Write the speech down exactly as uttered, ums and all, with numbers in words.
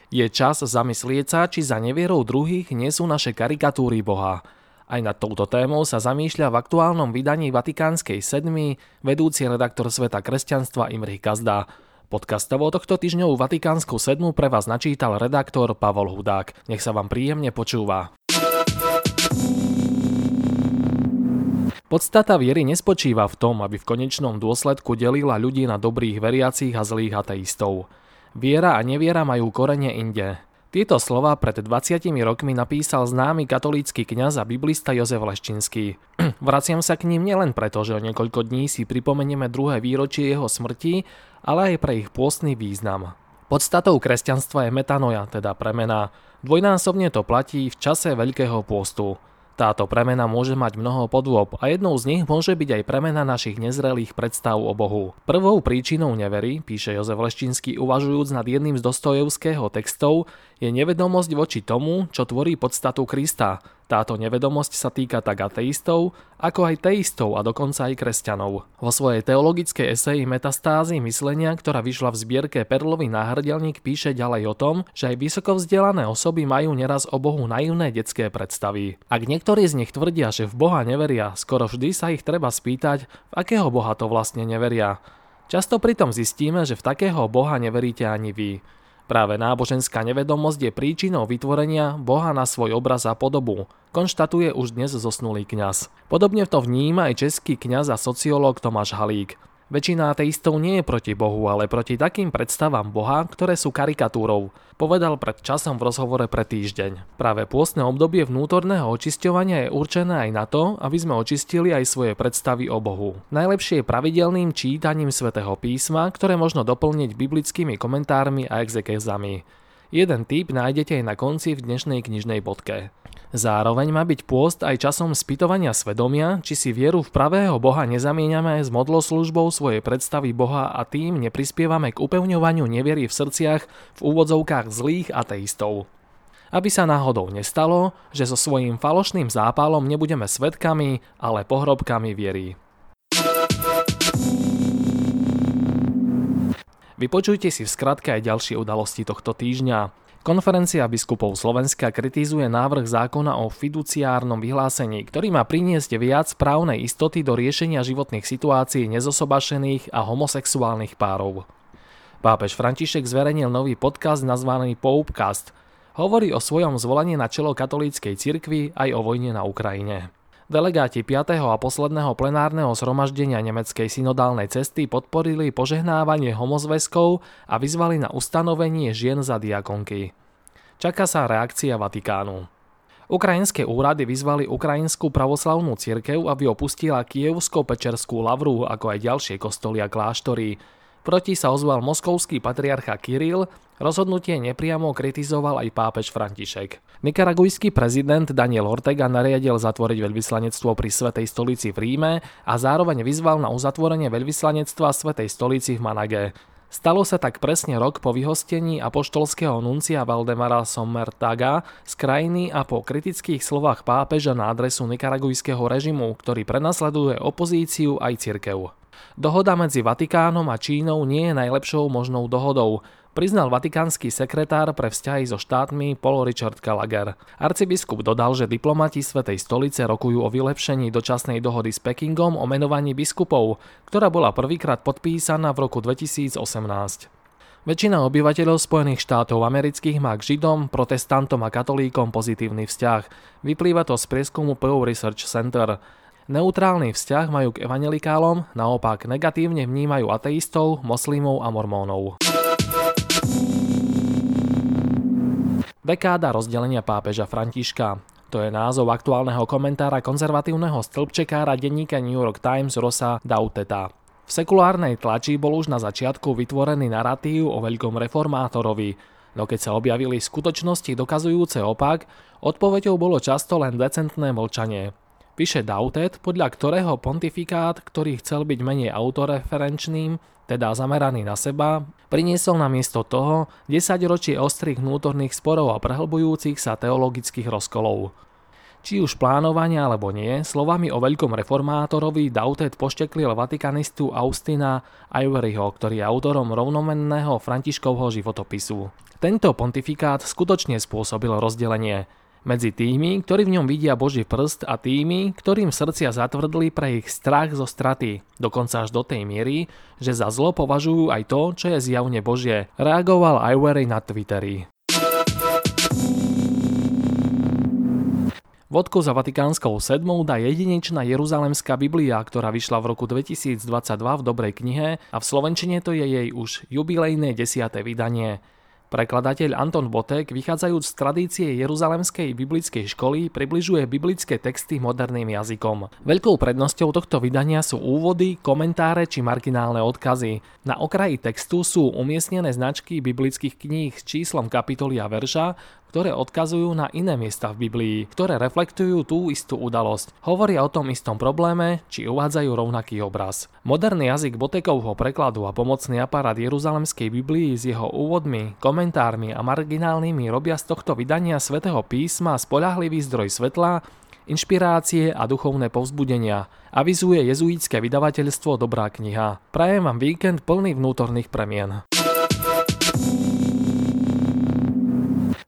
Je čas zamyslieť sa, či za nevierou druhých nie sú naše karikatúry Boha. Aj nad touto témou sa zamýšľa v aktuálnom vydaní Vatikánskej sedmy vedúci redaktor Sveta kresťanstva Imrich Gazda. Podcastovo tohto týždňovú Vatikánsku sedmu pre vás načítal redaktor Pavol Hudák. Nech sa vám príjemne počúva. Podstata viery nespočíva v tom, aby v konečnom dôsledku delila ľudí na dobrých veriacich a zlých ateistov. Viera a neviera majú korene inde. Tieto slová pred dvadsiatimi rokmi napísal známy katolícky kňaz a biblista Jozef Leščinský. Vraciam sa k ním nielen preto, že o niekoľko dní si pripomenieme druhé výročie jeho smrti, ale aj pre ich pôstny význam. Podstatou kresťanstva je metanoja, teda premena. Dvojnásobne to platí v čase Veľkého pôstu. Táto premena môže mať mnoho podôb a jednou z nich môže byť aj premena našich nezrelých predstav o Bohu. Prvou príčinou nevery, píše Jozef Leščinský uvažujúc nad jedným z Dostojevského textov, je nevedomosť voči tomu, čo tvorí podstatu Krista. Táto nevedomosť sa týka tak ateistov, ako aj teistov a dokonca aj kresťanov. Vo svojej teologickej eseji Metastázy myslenia, ktorá vyšla v zbierke Perlový náhrdelník, píše ďalej o tom, že aj vysoko vzdelané osoby majú neraz o Bohu naivné detské predstavy. Ak niektorí z nich tvrdia, že v Boha neveria, skoro vždy sa ich treba spýtať, v akého Boha to vlastne neveria. Často pritom zistíme, že v takého Boha neveríte ani vy. Práve náboženská nevedomosť je príčinou vytvorenia Boha na svoj obraz a podobu, konštatuje už dnes zosnulý kňaz. Podobne to vníma aj český kňaz a sociológ Tomáš Halík. Väčšina ateistov nie je proti Bohu, ale proti takým predstavám Boha, ktoré sú karikatúrou, povedal pred časom v rozhovore pre Týždeň. Práve pôstne obdobie vnútorného očisťovania je určené aj na to, aby sme očistili aj svoje predstavy o Bohu. Najlepšie je pravidelným čítaním Svätého písma, ktoré možno doplniť biblickými komentármi a exekézami. Jeden tip nájdete aj na konci v dnešnej knižnej bodke. Zároveň má byť pôst aj časom spytovania svedomia, či si vieru v pravého Boha nezamieňame s modloslužbou svojej predstavy Boha a tým neprispievame k upevňovaniu neviery v srdciach v úvodzovkách zlých ateistov. Aby sa náhodou nestalo, že so svojím falošným zápalom nebudeme svedkami, ale pohrobkami viery. Vypočujte si v skratke aj ďalšie udalosti tohto týždňa. Konferencia biskupov Slovenska kritizuje návrh zákona o fiduciárnom vyhlásení, ktorý má priniesť viac právnej istoty do riešenia životných situácií nezosobašených a homosexuálnych párov. Pápež František zverejnil nový podcast nazvaný Popecast. Hovorí o svojom zvolení na čelo katolíckej cirkvi aj o vojne na Ukrajine. Delegáti piateho a posledného plenárneho zhromaždenia nemeckej synodálnej cesty podporili požehnávanie homozväzkov a vyzvali na ustanovenie žien za diakonky. Čaká sa reakcia Vatikánu. Ukrajinské úrady vyzvali Ukrajinskú pravoslavnú cirkev, aby opustila Kyjevsko-Pečerskú lavru, ako aj ďalšie kostoly a kláštory. Proti sa ozval moskovský patriarcha Kiril, rozhodnutie nepriamo kritizoval aj pápež František. Nikaragujský prezident Daniel Ortega nariadil zatvoriť veľvyslanectvo pri Svätej stolici v Ríme a zároveň vyzval na uzatvorenie veľvyslanectva Svätej stolici v Manage. Stalo sa tak presne rok po vyhostení apoštolského nuncia Valdemara Sommertaga z krajiny a po kritických slovách pápeža na adresu nikaragujského režimu, ktorý prenasleduje opozíciu aj cirkev. Dohoda medzi Vatikánom a Čínou nie je najlepšou možnou dohodou, priznal vatikánsky sekretár pre vzťahy so štátmi Paul Richard Gallagher. Arcibiskup dodal, že diplomati Svätej stolice rokujú o vylepšení dočasnej dohody s Pekingom o menovaní biskupov, ktorá bola prvýkrát podpísaná v roku dvetisícosemnásť. Väčšina obyvateľov Spojených štátov amerických má k Židom, protestantom a katolíkom pozitívny vzťah. Vyplýva to z prieskumu Pew Research Center. Neutrálny vzťah majú k evanjelikálom, naopak negatívne vnímajú ateistov, moslimov a mormónov. Dekáda rozdelenia pápeža Františka. To je názov aktuálneho komentára konzervatívneho stĺpčekára denníka New York Times Rossa Dauteta. V sekulárnej tlači bol už na začiatku vytvorený narratív o veľkom reformátorovi, no keď sa objavili skutočnosti dokazujúce opak, odpoveďou bolo často len decentné mlčanie. Píše Dautet, podľa ktorého pontifikát, ktorý chcel byť menej autoreferenčným, teda zameraný na seba, priniesol namiesto toho desaťročie ostrých vnútorných sporov a prehlbujúcich sa teologických rozkolov. Či už plánovania alebo nie, slovami o veľkom reformátorovi Dautet pošteklil vatikanistu Austina Iveryho, ktorý je autorom rovnomenného Františkovho životopisu. Tento pontifikát skutočne spôsobil rozdelenie medzi tými, ktorí v ňom vidia Boží prst, a tými, ktorým srdcia zatvrdli pre ich strach zo straty, dokonca až do tej miery, že za zlo považujú aj to, čo je zjavne Božie, reagoval Ivery na Twitteri. Vodku za Vatikánskou sedmou dá jedinečná Jeruzalemská Biblia, ktorá vyšla v roku dvetisícdvadsaťdva v dobrej knihe a v slovenčine to je jej už jubilejné desiate vydanie. Prekladateľ Anton Botek, vychádzajúc z tradície Jeruzalemskej biblickej školy, približuje biblické texty moderným jazykom. Veľkou prednosťou tohto vydania sú úvody, komentáre či marginálne odkazy. Na okraji textu sú umiestnené značky biblických kníh s číslom kapitoly a verša, ktoré odkazujú na iné miesta v Biblii, ktoré reflektujú tú istú udalosť, hovoria o tom istom probléme, či uvádzajú rovnaký obraz. Moderný jazyk Botekovho prekladu a pomocný aparát Jeruzalemskej Biblii s jeho úvodmi, komentármi a marginálnymi robia z tohto vydania Svätého písma spoľahlivý zdroj svetla, inšpirácie a duchovné povzbudenia, avizuje jezuítske vydavateľstvo Dobrá kniha. Prajem vám víkend plný vnútorných premien.